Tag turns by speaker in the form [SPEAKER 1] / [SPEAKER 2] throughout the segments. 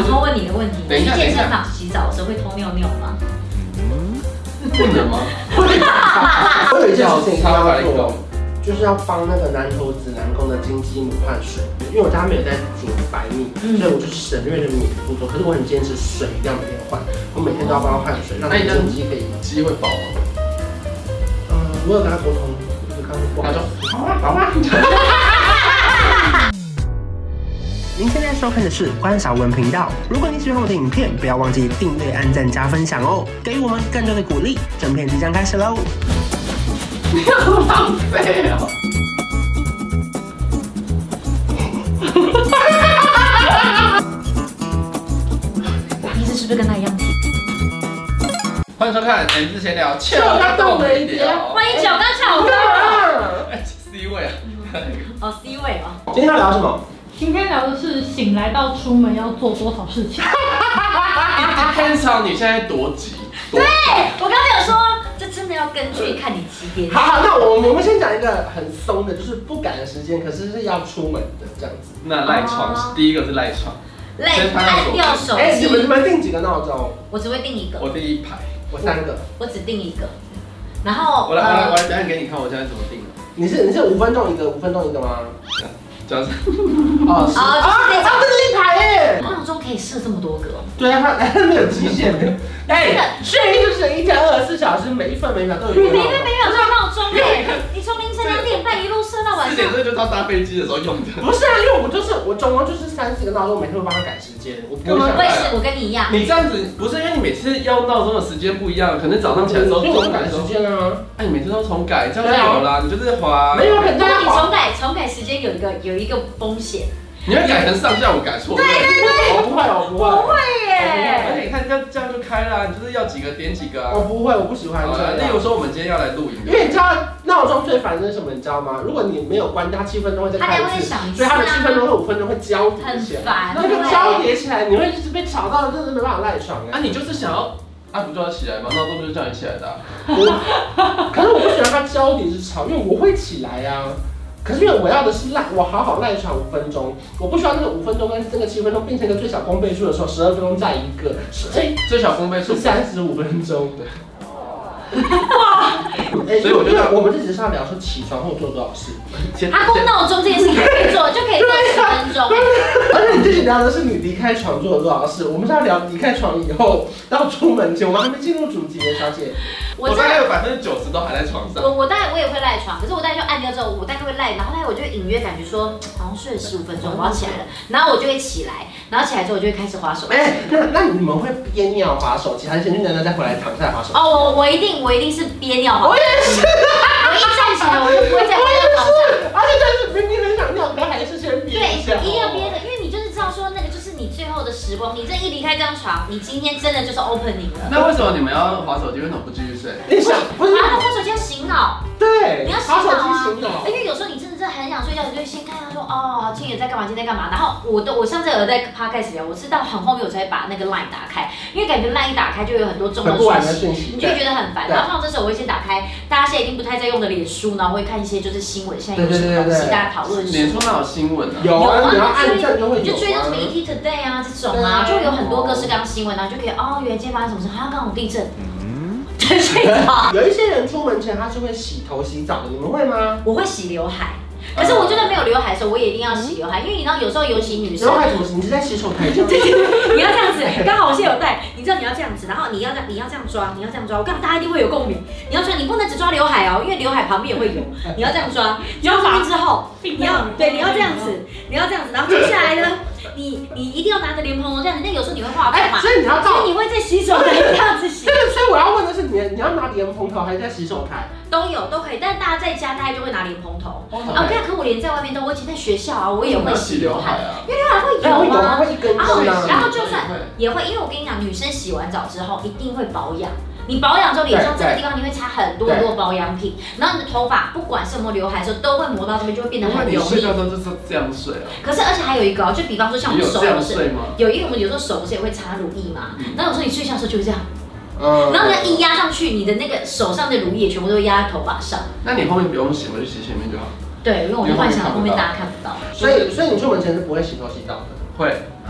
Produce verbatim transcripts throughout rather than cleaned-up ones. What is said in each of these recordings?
[SPEAKER 1] 偷问你的问题，
[SPEAKER 2] 等一下，
[SPEAKER 1] 去健身房洗澡的时候会偷尿尿吗？
[SPEAKER 2] 不能吗？
[SPEAKER 3] 我有一件事情要做，就是要帮那个南投子南宫的金鸡母换水，因为我家没有在煮白米，所以我就省略了米的步骤。可是我很坚持水一定要每天换，我每天都要帮他换水，让金鸡可以。
[SPEAKER 2] 鸡会饱吗？
[SPEAKER 3] 嗯，我有跟他沟通，就是刚刚他说好啊好啊。您现在收看的是关少文频道。如果你喜欢我的影片，不要忘记订阅、按赞、加分享哦，给予我们更多的鼓励。整片即将开始喽！
[SPEAKER 2] 你好浪费哦！
[SPEAKER 1] 我鼻子是不是跟他一样挺？
[SPEAKER 2] 欢迎收看《M 字闲聊》，俏他动了一点。
[SPEAKER 1] 欢迎小刚巧哥。
[SPEAKER 2] 哎 ，C 位啊！
[SPEAKER 1] 哦 ，C 位哦。
[SPEAKER 3] 今天要聊什么？
[SPEAKER 4] 今天聊的是醒来到出门要做多少事情。
[SPEAKER 2] Depends on 你现在多急。
[SPEAKER 1] 对，我刚刚有说，这真的要根据看你几点。
[SPEAKER 3] 好好，那我我们先讲一个很松的，就是不赶的时间，可是是要出门的这样子。
[SPEAKER 2] 那赖床是第一个是赖床，
[SPEAKER 1] 赖按掉手
[SPEAKER 3] 哎，你们你
[SPEAKER 1] 机。
[SPEAKER 3] 们定几个闹钟？
[SPEAKER 1] 我只会定一个，
[SPEAKER 2] 我第一排，
[SPEAKER 3] 我三个。
[SPEAKER 1] 我只定一个。然后
[SPEAKER 2] 我来我来我来，等下给你看我现在怎么定的。
[SPEAKER 3] 你是你是五分钟一个，五分钟一个吗？
[SPEAKER 2] 这样子。
[SPEAKER 3] 哦，是啊，这是一排耶。
[SPEAKER 1] 闹钟可以设这么多个。
[SPEAKER 3] 对啊，它没有极限的。哎，睡衣就是一天二十四小时，每一分每秒都有一个。
[SPEAKER 1] 每分每秒都有闹钟哎！你从凌晨两点半一路设到晚上。
[SPEAKER 2] 四点这就是要搭飞机的时候用的。
[SPEAKER 3] 不是啊，因为我就是我总共就是三四个闹钟，每天会帮他改时间。我
[SPEAKER 1] 我们会是，我跟你一样。
[SPEAKER 2] 你这样子不是因为你每次要闹钟的时间不一样，可能早上起来的时候
[SPEAKER 3] 重改时间啊。哎，
[SPEAKER 2] 你每次都重改，这样就有啦。你就是滑。
[SPEAKER 3] 没有很大。
[SPEAKER 1] 你重改重改时间有一个有一个风险。
[SPEAKER 2] 你会改成上下午改错？
[SPEAKER 1] 对对对，
[SPEAKER 3] 我不会，我不会，
[SPEAKER 1] 不会耶。
[SPEAKER 2] 而且你看这样这样就开了，你就是要几个点几个啊。
[SPEAKER 3] 我不会，我不喜欢这样。
[SPEAKER 2] 例如说我们今天要来录影，
[SPEAKER 3] 因为你知道闹钟最烦的是什么？你知道吗？如果你没有关，它七分钟会再开一次，所以它的七分钟和五分钟会交叠起来，那就交叠起来，你会一直被吵到，真的没办法赖床哎。
[SPEAKER 2] 啊，你就是想要。啊，不就要起来吗？闹钟就是叫你起来的、啊。
[SPEAKER 3] 可是我不喜欢它交叠是吵，因为我会起来呀、啊。可是因为我要的是赖，我好好赖床五分钟，我不需要那个五分钟跟这个七分钟变成一个最小公倍数的时候，十二分钟再一个，哎，
[SPEAKER 2] 最小公倍数
[SPEAKER 3] 是三十五分钟。对。
[SPEAKER 1] 哇！
[SPEAKER 3] 所以我觉得我们这只是要聊说起床后做多少事。
[SPEAKER 1] 阿公闹钟这件事情可以做，就可以做十分钟。
[SPEAKER 3] 而且你这里聊的是你离开床做了多少事，我们是要聊离开床以后到出门前，我们还没进入主题呢，小姐。
[SPEAKER 2] 我大概有百分之九十都还在床上。
[SPEAKER 1] 我我大概我也会赖床，可是我大概就按掉之后，我大概会赖，然后呢我就隐约感觉说好像睡了十五分钟，我要起来了，然后我就会起来，然后起来之后我就会开始滑手机。
[SPEAKER 3] 哎，那那你们会憋尿滑手机，还是先去尿尿再回来躺下来滑手机？
[SPEAKER 1] 哦，我我一定我一定是憋尿滑。
[SPEAKER 3] 我也是，
[SPEAKER 1] 我一站起来我就不会再回到床上。
[SPEAKER 3] 而且就是明明很想尿，但还是先憋一下。
[SPEAKER 1] 对，一定要憋着，因为你就是知道说那个就是你最后的时光，你这一离开这张床，你今天真的就是 opening 了。
[SPEAKER 2] 那为什么你们要滑手机？为什么不继续睡？
[SPEAKER 3] 你想不是？
[SPEAKER 1] 然后滑手机要醒脑。
[SPEAKER 3] 对，
[SPEAKER 1] 你要醒
[SPEAKER 3] 脑
[SPEAKER 1] 啊！
[SPEAKER 3] 醒脑。
[SPEAKER 1] 因为有时候你真的真的很想睡觉，你就会先看他说哦，今天在干嘛？今天在干嘛？然后我都我上次有在 podcast 聊，我是到很后面我才把那个 line 打开，因为感觉 line 一打开就有很多重要的讯息，你就会觉得很烦。然后像这时候我会先打开大家现在已经不太在用的脸书，然后我会看一些就是新闻，现在有什么东西大家讨论。
[SPEAKER 2] 脸书哪有新闻啊？
[SPEAKER 3] 有啊，你要按赞就会有。
[SPEAKER 1] 你就追到什么 E T Today 啊这种啊，就有很多各式各样的新闻，然后就可以哦，原来今天发生什么事？好像刚好地震。
[SPEAKER 3] 有一些人出门前他是会洗头洗澡的，你们会吗？
[SPEAKER 1] 我会洗刘海。可是我就算没有刘海的时候，我也一定要洗刘海，因为你知道有时候尤其女生，
[SPEAKER 3] 刘海怎么洗？你是在洗手台这样？
[SPEAKER 1] 对对对，你要这样子，刚好我现在有带，你知道你要这样子，然后你要这样，你要这样抓，你要这样抓，我告诉大家一定会有共鸣。你要抓，你不能只抓刘海哦，因为刘海旁边也会有，你要这样抓，抓出去之后，你要对，你要这样子，你要这样子，然后接下来呢，你你一定要拿着莲蓬头这样子，那有时候你会化妆嘛，
[SPEAKER 3] 所以你要
[SPEAKER 1] 所以你会在洗手台这样子洗。
[SPEAKER 3] 对，所以我要问的是你，你要拿莲蓬头还是在洗手台？
[SPEAKER 1] 都有都可以，但是大家在家大概就会拿莲蓬头。啊，我跟你讲，可我连在外面都，我以前在学校啊，我也会洗刘海啊，因为刘海会有啊，
[SPEAKER 3] 会一根
[SPEAKER 1] 然后然后就算也会，因为我跟你讲，女生洗完澡之后一定会保养。你保养之后，脸上这个地方你会擦很多很多保养品，然后你的头发不管是有没有刘海的时候，都会磨到这边，就会变得很油腻。
[SPEAKER 2] 你睡觉都是这样睡啊？
[SPEAKER 1] 可是而且还有一个，就比方说像我们手
[SPEAKER 2] 有是
[SPEAKER 1] 有，因为我们有时候手不是也会擦乳液嘛，然后有时候你睡觉的时候就会这样。
[SPEAKER 3] 嗯，
[SPEAKER 1] 然后呢，一压上去，你的那个手上的乳液全部都会压在头发上。
[SPEAKER 2] 那你后面不用洗，我就洗前面就好。
[SPEAKER 1] 对，因为我就幻想后面大家看不到。
[SPEAKER 3] 所以，所以你出门前是不会洗头洗澡的。
[SPEAKER 2] 会啊？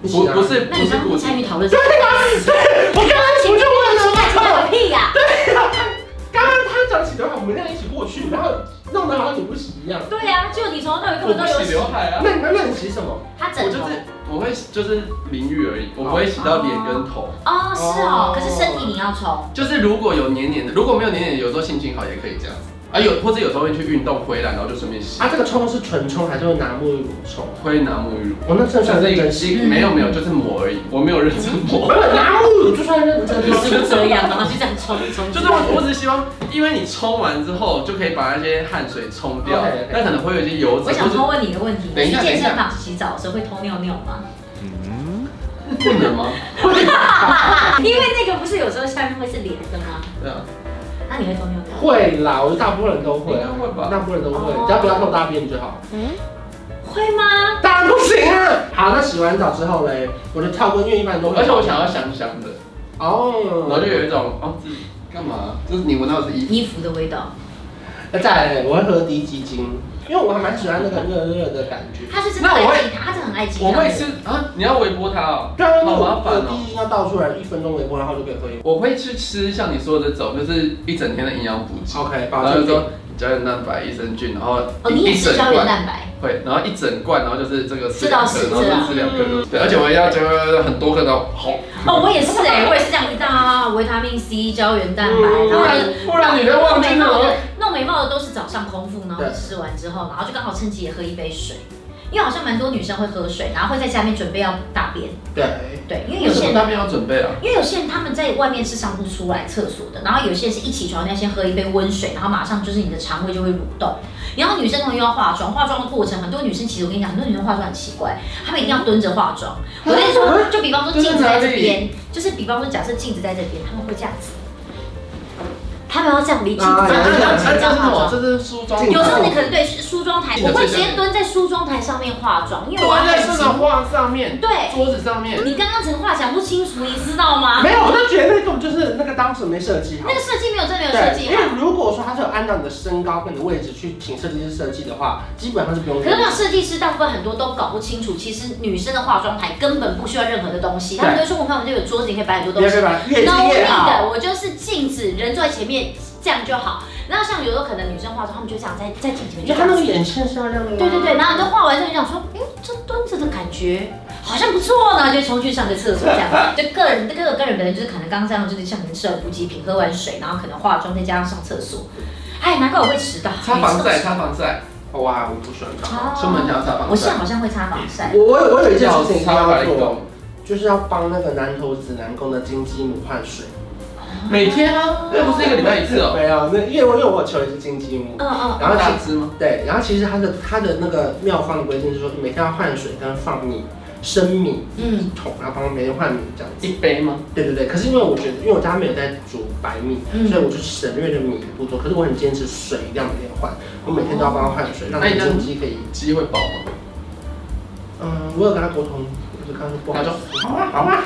[SPEAKER 2] 不不是
[SPEAKER 1] 那你刚不参与讨论？
[SPEAKER 3] 对呀，对，我刚刚
[SPEAKER 1] 前面问了，现在问个屁呀！
[SPEAKER 3] 对呀，刚刚他讲洗刘海，我们这样一起过去，然后弄得好像你不洗一样。
[SPEAKER 1] 对呀，就你从头到尾根本都有
[SPEAKER 2] 洗刘海啊。
[SPEAKER 3] 那那那你洗什么？
[SPEAKER 1] 他枕头。
[SPEAKER 2] 我会就是淋浴而已，我不会洗到脸跟头。
[SPEAKER 1] 哦，是哦，可是身体你要冲。
[SPEAKER 2] 就是如果有黏黏的，如果没有黏黏的，有时候心情好也可以这样子。啊有，或者有时候会去运动回来，然后就顺便洗。
[SPEAKER 3] 啊，这个冲是纯冲还是会拿沐浴乳冲？
[SPEAKER 2] 会拿沐浴乳。
[SPEAKER 3] 我那这算认真
[SPEAKER 2] 洗？没有没有，就是抹而已，我没有认真抹。
[SPEAKER 3] 拿沐浴乳就算认真，
[SPEAKER 1] 不是这样，然后就这样冲冲。
[SPEAKER 2] 就是我我只是希望，因为你冲完之后就可以把那些汗水冲掉，那可能会有一些油脂。
[SPEAKER 1] 我想偷问你一个问题：
[SPEAKER 2] 等一下，
[SPEAKER 1] 去健身房洗澡的时候会偷尿尿吗？
[SPEAKER 2] 嗯，不能吗？
[SPEAKER 1] 因为那个不是有时候下面会是连的吗？
[SPEAKER 2] 对啊。
[SPEAKER 1] 那你会偷尿尿？
[SPEAKER 3] 会啦，我觉得大部分人都会，
[SPEAKER 2] 应该会吧？
[SPEAKER 3] 大部分人都会，只要不要偷大便就好。
[SPEAKER 1] 嗯，会吗？
[SPEAKER 3] 当然不行啊！好，那洗完澡之后嘞，我就跳过，因为一般都会。
[SPEAKER 2] 而且我想要香香的
[SPEAKER 3] 哦，
[SPEAKER 2] 然后就有一种哦，这干嘛？就是你闻到的是衣服
[SPEAKER 1] 衣服的味道。
[SPEAKER 3] 那再来，我会喝低基精，因为我还蛮喜欢那个热热的感觉。
[SPEAKER 1] 他是真的爱鸡汤，他真的很爱鸡汤。
[SPEAKER 2] 我会吃啊，你要微波它哦。
[SPEAKER 3] 对啊，
[SPEAKER 2] 好麻烦哦。
[SPEAKER 3] 低基精要倒出来，一分钟微波，然后就可以喝一。
[SPEAKER 2] 我会去吃像你说的这种，就是一整天的营养补给。
[SPEAKER 3] OK，
[SPEAKER 2] 然后就说胶原蛋白、益生菌，然后
[SPEAKER 1] 哦，你也吃胶原蛋白。
[SPEAKER 2] 会，然后一整罐，然后就是这个
[SPEAKER 1] 吃到死，
[SPEAKER 2] 然后吃两个，对，而且我要就很多颗的好。
[SPEAKER 1] 哦，我也是哎，我也是这样一大维他命 C、胶原蛋白，然后
[SPEAKER 2] 不然你都忘记了。
[SPEAKER 1] 弄眉毛的都是早上空腹，然后吃完之后，然后就刚好趁机也喝一杯水，因为好像蛮多女生会喝水，然后会在家里面准备要大便。
[SPEAKER 3] 对
[SPEAKER 1] 对，因为有些人
[SPEAKER 2] 大便要准备啊，
[SPEAKER 1] 因为有些人他们在外面是上不出来厕所的，然后有些人是一起床要先喝一杯温水，然后马上就是你的肠胃就会蠕动。然后女生同学要化妆，化妆的过程，很多女生其实我跟你讲，很多女生化妆很奇怪，她们一定要蹲着化妆。我跟你说，就比方说镜子在这边，就是比方说假设镜子在这边，她们会这样子。他们要这样离镜子这样这样化妆，
[SPEAKER 2] 这是梳妆。
[SPEAKER 1] 有时候你可能对梳妆台，我会直接蹲在梳妆台上面化妆，因为我要
[SPEAKER 2] 蹲在这个画上面，
[SPEAKER 1] 对，
[SPEAKER 2] 桌子上面。
[SPEAKER 1] 你刚刚整话讲不清楚，你知道吗？
[SPEAKER 3] 没有，我就觉得那种就是那个当时没设计好。
[SPEAKER 1] 那个设计没有真的有设计好。
[SPEAKER 3] 因为如果说他是有按照你的身高跟你的位置去请设计师设计的话，基本上是不用。
[SPEAKER 1] 可是那设计师大部分很多都搞不清楚，其实女生的化妆台根本不需要任何的东西，他们都说我看我们这个桌子你可以摆很多东西。No need 的，我就是镜子，人坐在前面。这样就好。然后像有时候可能女生化妆，她们就这样在在镜前面，
[SPEAKER 3] 就她那个眼线是要亮的。
[SPEAKER 1] 对对对，然后就化完之后就想说，哎，这蹲着的感觉好像不错呢，就冲去上个厕所这样。就个人这个个人本人就是可能刚刚这样，就是像你吃了补给品，喝完水，然后可能化妆再加上上厕所。哎，难怪我会迟到。
[SPEAKER 2] 擦防晒，擦防晒。
[SPEAKER 3] 哇，我不喜欢擦。
[SPEAKER 2] 出门前要擦防晒。
[SPEAKER 1] 我现在好像会擦防晒。
[SPEAKER 3] 我我我有一件事情要做，就是要帮那个南投指南宫的金鸡母换水。
[SPEAKER 2] 每天啊，那不是一个礼拜一次哦。
[SPEAKER 3] 没有，那因为我因为我求的是金鸡母，
[SPEAKER 1] 嗯嗯，
[SPEAKER 3] 然后
[SPEAKER 2] 大只吗？
[SPEAKER 3] 对，然后其实它的它的那个妙方的规定是说，每天要换水跟放米，生米一桶，然后帮每天换米这样子。
[SPEAKER 2] 一杯吗？
[SPEAKER 3] 对对对。可是因为我觉得，因为我家没有在煮白米，所以我就省略了米的步骤。可是我很坚持水一定要每天换，我每天都要帮它换水，让金鸡可以。
[SPEAKER 2] 鸡会饱吗？
[SPEAKER 3] 嗯，我有跟他沟通，我就跟他说不好。他说好啊好啊。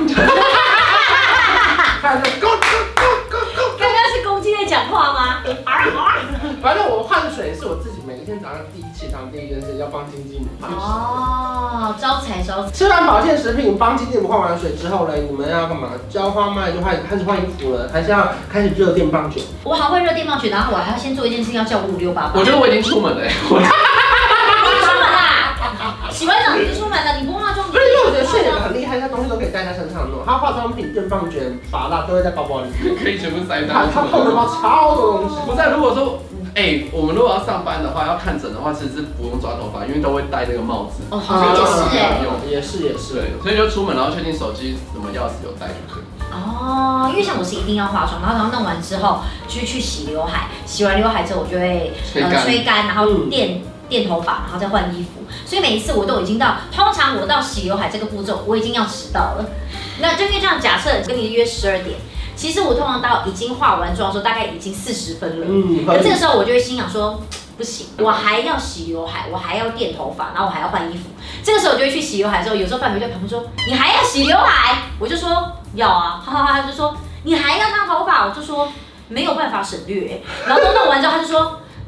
[SPEAKER 3] 他说 go go go go go。
[SPEAKER 1] 刚刚是公鸡在讲话吗？好啊好啊。
[SPEAKER 3] 反正我换水是我自己每一天早上第一起床第一件事要帮金鸡母换水。
[SPEAKER 1] 哦，招财招财。
[SPEAKER 3] 吃完保健食品帮金鸡母换完水之后呢，你们要干嘛？浇花吗？就换开始换衣服了，还是要开始热电棒卷？
[SPEAKER 1] 我还会热电棒卷，然后我还要先做一件事情，要叫五六八八。
[SPEAKER 2] 我觉得我已经出门了。
[SPEAKER 1] 洗完澡你就出门了，你不化妆。
[SPEAKER 3] 所以因为我觉得谢姐很厉害，她东西都可以带在身上弄。她化妆品、电棒卷、发蜡都会在包包里面，
[SPEAKER 2] 可以全部塞在。
[SPEAKER 3] 她她后面包超多东西。
[SPEAKER 2] 不是，如果说，哎，我们如果要上班的话，要看诊的话，其实是不用抓头发，因为都会戴那个帽子。
[SPEAKER 1] 哦，好像也是哎，
[SPEAKER 3] 也是也是。
[SPEAKER 2] 对，所以就出门，然后确定手机什么钥匙有带就可以。
[SPEAKER 1] 哦，因为像我是一定要化妆，然后然后弄完之后就去洗刘海，洗完刘海之后我就会呃吹干，然后垫。垫头发，然后再换衣服，所以每一次我都已经到，通常我到洗刘海这个步骤，我已经要迟到了。那就因为这样，假设跟你约十二点，其实我通常到已经化完妆的时候，大概已经四十分了。嗯，可这个时候我就会心想说，不行，我还要洗刘海，我还要垫头发，然后我还要换衣服。这个时候我就会去洗刘海的时候，有时候范美就在旁边说，你还要洗刘海？我就说要啊，哈哈哈，他就说你还要烫头发？我就说没有办法省略。然后都弄完之后，他就说。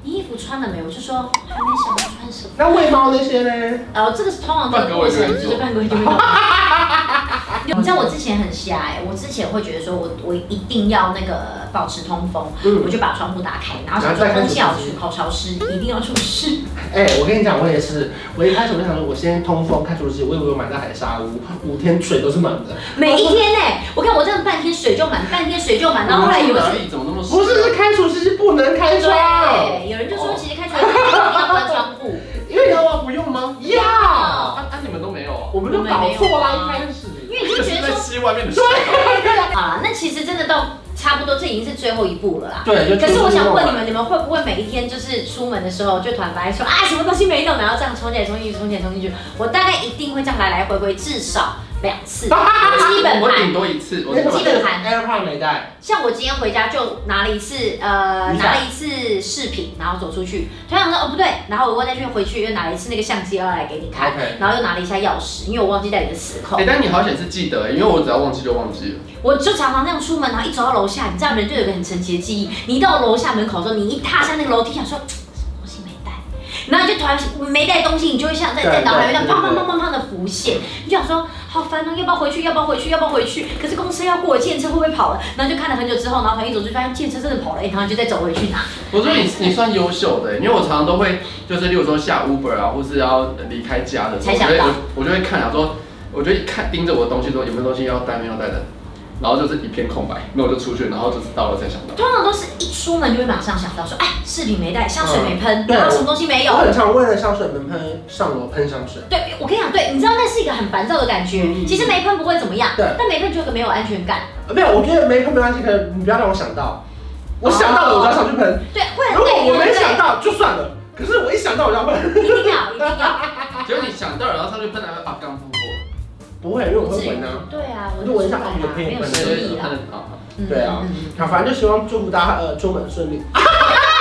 [SPEAKER 1] 你衣服穿了没？我就说还没想要穿什么。
[SPEAKER 3] 那喂猫那些呢？
[SPEAKER 1] 呃，这个是通常这个过程就是半个月就会弄。你知道我之前很瞎哎、欸，我之前会觉得说我我一定要那个保持通风，嗯、我就把窗户打开，然后想说空气好好潮湿，一定要除湿。
[SPEAKER 3] 哎、欸，我跟你讲，我也是，我一开始我就想说，我先通风开除湿，我以为我买到海沙屋，五天水都是满的。
[SPEAKER 1] 每一天哎、欸，我看我真的半天水就满，半天水就满，然后后来有人
[SPEAKER 2] 怎么那么
[SPEAKER 3] 不是是开除湿是不能开窗，
[SPEAKER 1] 对，有人就说其实开除湿一定要关窗户，
[SPEAKER 3] 因为
[SPEAKER 2] 要啊不用吗？
[SPEAKER 3] 要，
[SPEAKER 2] 啊啊你们都没有，
[SPEAKER 3] 我们就搞错啦一开始。
[SPEAKER 1] 因为你就觉得说
[SPEAKER 2] 吸外面的水。
[SPEAKER 1] 好啦，那其实真的到差不多，这已经是最后一步了啦。
[SPEAKER 3] 对，
[SPEAKER 1] 可是我想问你们，你们会不会每一天就是出门的时候就突然发现说啊什么东西没弄，然后这样冲进来冲进去冲进来冲进去？我大概一定会这样来来回回至少两次，基本盘。
[SPEAKER 2] 我顶多一次，我
[SPEAKER 1] 基本盘。
[SPEAKER 3] AirPod 没带。
[SPEAKER 1] 像我今天回家就拿了一次，呃，拿了一次饰品，然后走出去。突然说哦不对，然后我问再去回去又拿了一次那个相机要来给你看，
[SPEAKER 3] okay.
[SPEAKER 1] 然后又拿了一下钥匙，因为我忘记带你的磁扣。
[SPEAKER 2] 哎、欸，但你好险是记得、欸，因为我只要忘记就忘记了。
[SPEAKER 1] 我就常常那样出门，然后一走到楼下，你知道人就有个很神奇的记忆，你一到楼下门口的时候，你一踏下那个楼梯，想说东西没带，然后就突然没带东西，你就会像在在脑海里面砰砰砰砰砰的浮现，你就想说好烦哦，要不要回去？要不要回去？要不要回去？可是公司要过，计程车会不会跑了？然后就看了很久之后，然后突然一走出去，发现计程车真的跑了，然后就再走回去拿。
[SPEAKER 2] 我说你你算优秀的、欸，因为我常常都会就是例如说下 Uber 啊，或是要离开家的时候，我就会我就会看啊说，我就看盯着我的东西说有没有东西要带没有带的。然后就是一片空白，那我就出去，然后就是到了才想到。
[SPEAKER 1] 通常都是一出门就会马上想到说，哎，饰品没带，香水没喷，然后什么东西没有。
[SPEAKER 3] 我很常为了香水没喷上楼喷香水。
[SPEAKER 1] 对，我跟你讲，对，你知道那是一个很烦躁的感觉。其实没喷不会怎么样，
[SPEAKER 3] 对，
[SPEAKER 1] 但没喷就有个没有安全感。
[SPEAKER 3] 没有，我觉得没喷没关系，可是你不要让我想到，我想到了我就要上去喷。
[SPEAKER 1] 对，会很
[SPEAKER 3] 如果我没想到就算了，可是我一想到我就要喷。
[SPEAKER 1] 一定要，一定要。
[SPEAKER 2] 结果你想到了，然后上去喷，然后啊刚喷过。
[SPEAKER 3] 不会，因为我会闻啊。
[SPEAKER 1] 对啊，
[SPEAKER 3] 我就闻一下，哦，有喷有喷的。对啊，好，反正就希望祝福大家呃出门顺利。好，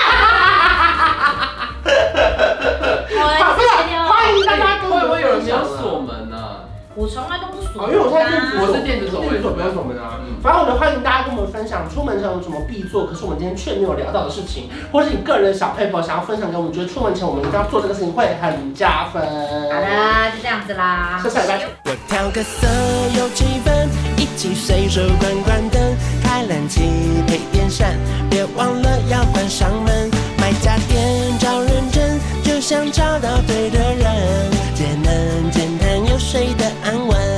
[SPEAKER 3] 不是，欢迎大家跟我们。
[SPEAKER 2] 会不会有人没有锁门呢？
[SPEAKER 1] 我从来都不锁。
[SPEAKER 3] 哦，因为我现在电子
[SPEAKER 2] 我是电子锁，
[SPEAKER 3] 电子锁不用锁门啊。反正我就欢迎大家跟我们分享出门前有什么必做，可是我们今天却没有聊到的事情，或是你个人的小撇步想要分享给我们，觉得出门前我们一定要做这个事情会很加分。
[SPEAKER 1] 好的，就这样子啦。
[SPEAKER 3] 下下礼拜。
[SPEAKER 5] 我调个色有气氛，一起随手关关灯，开冷气配电扇，别忘了要关上门。买家电找认真，就像找到对的人，节能减碳又睡得安稳。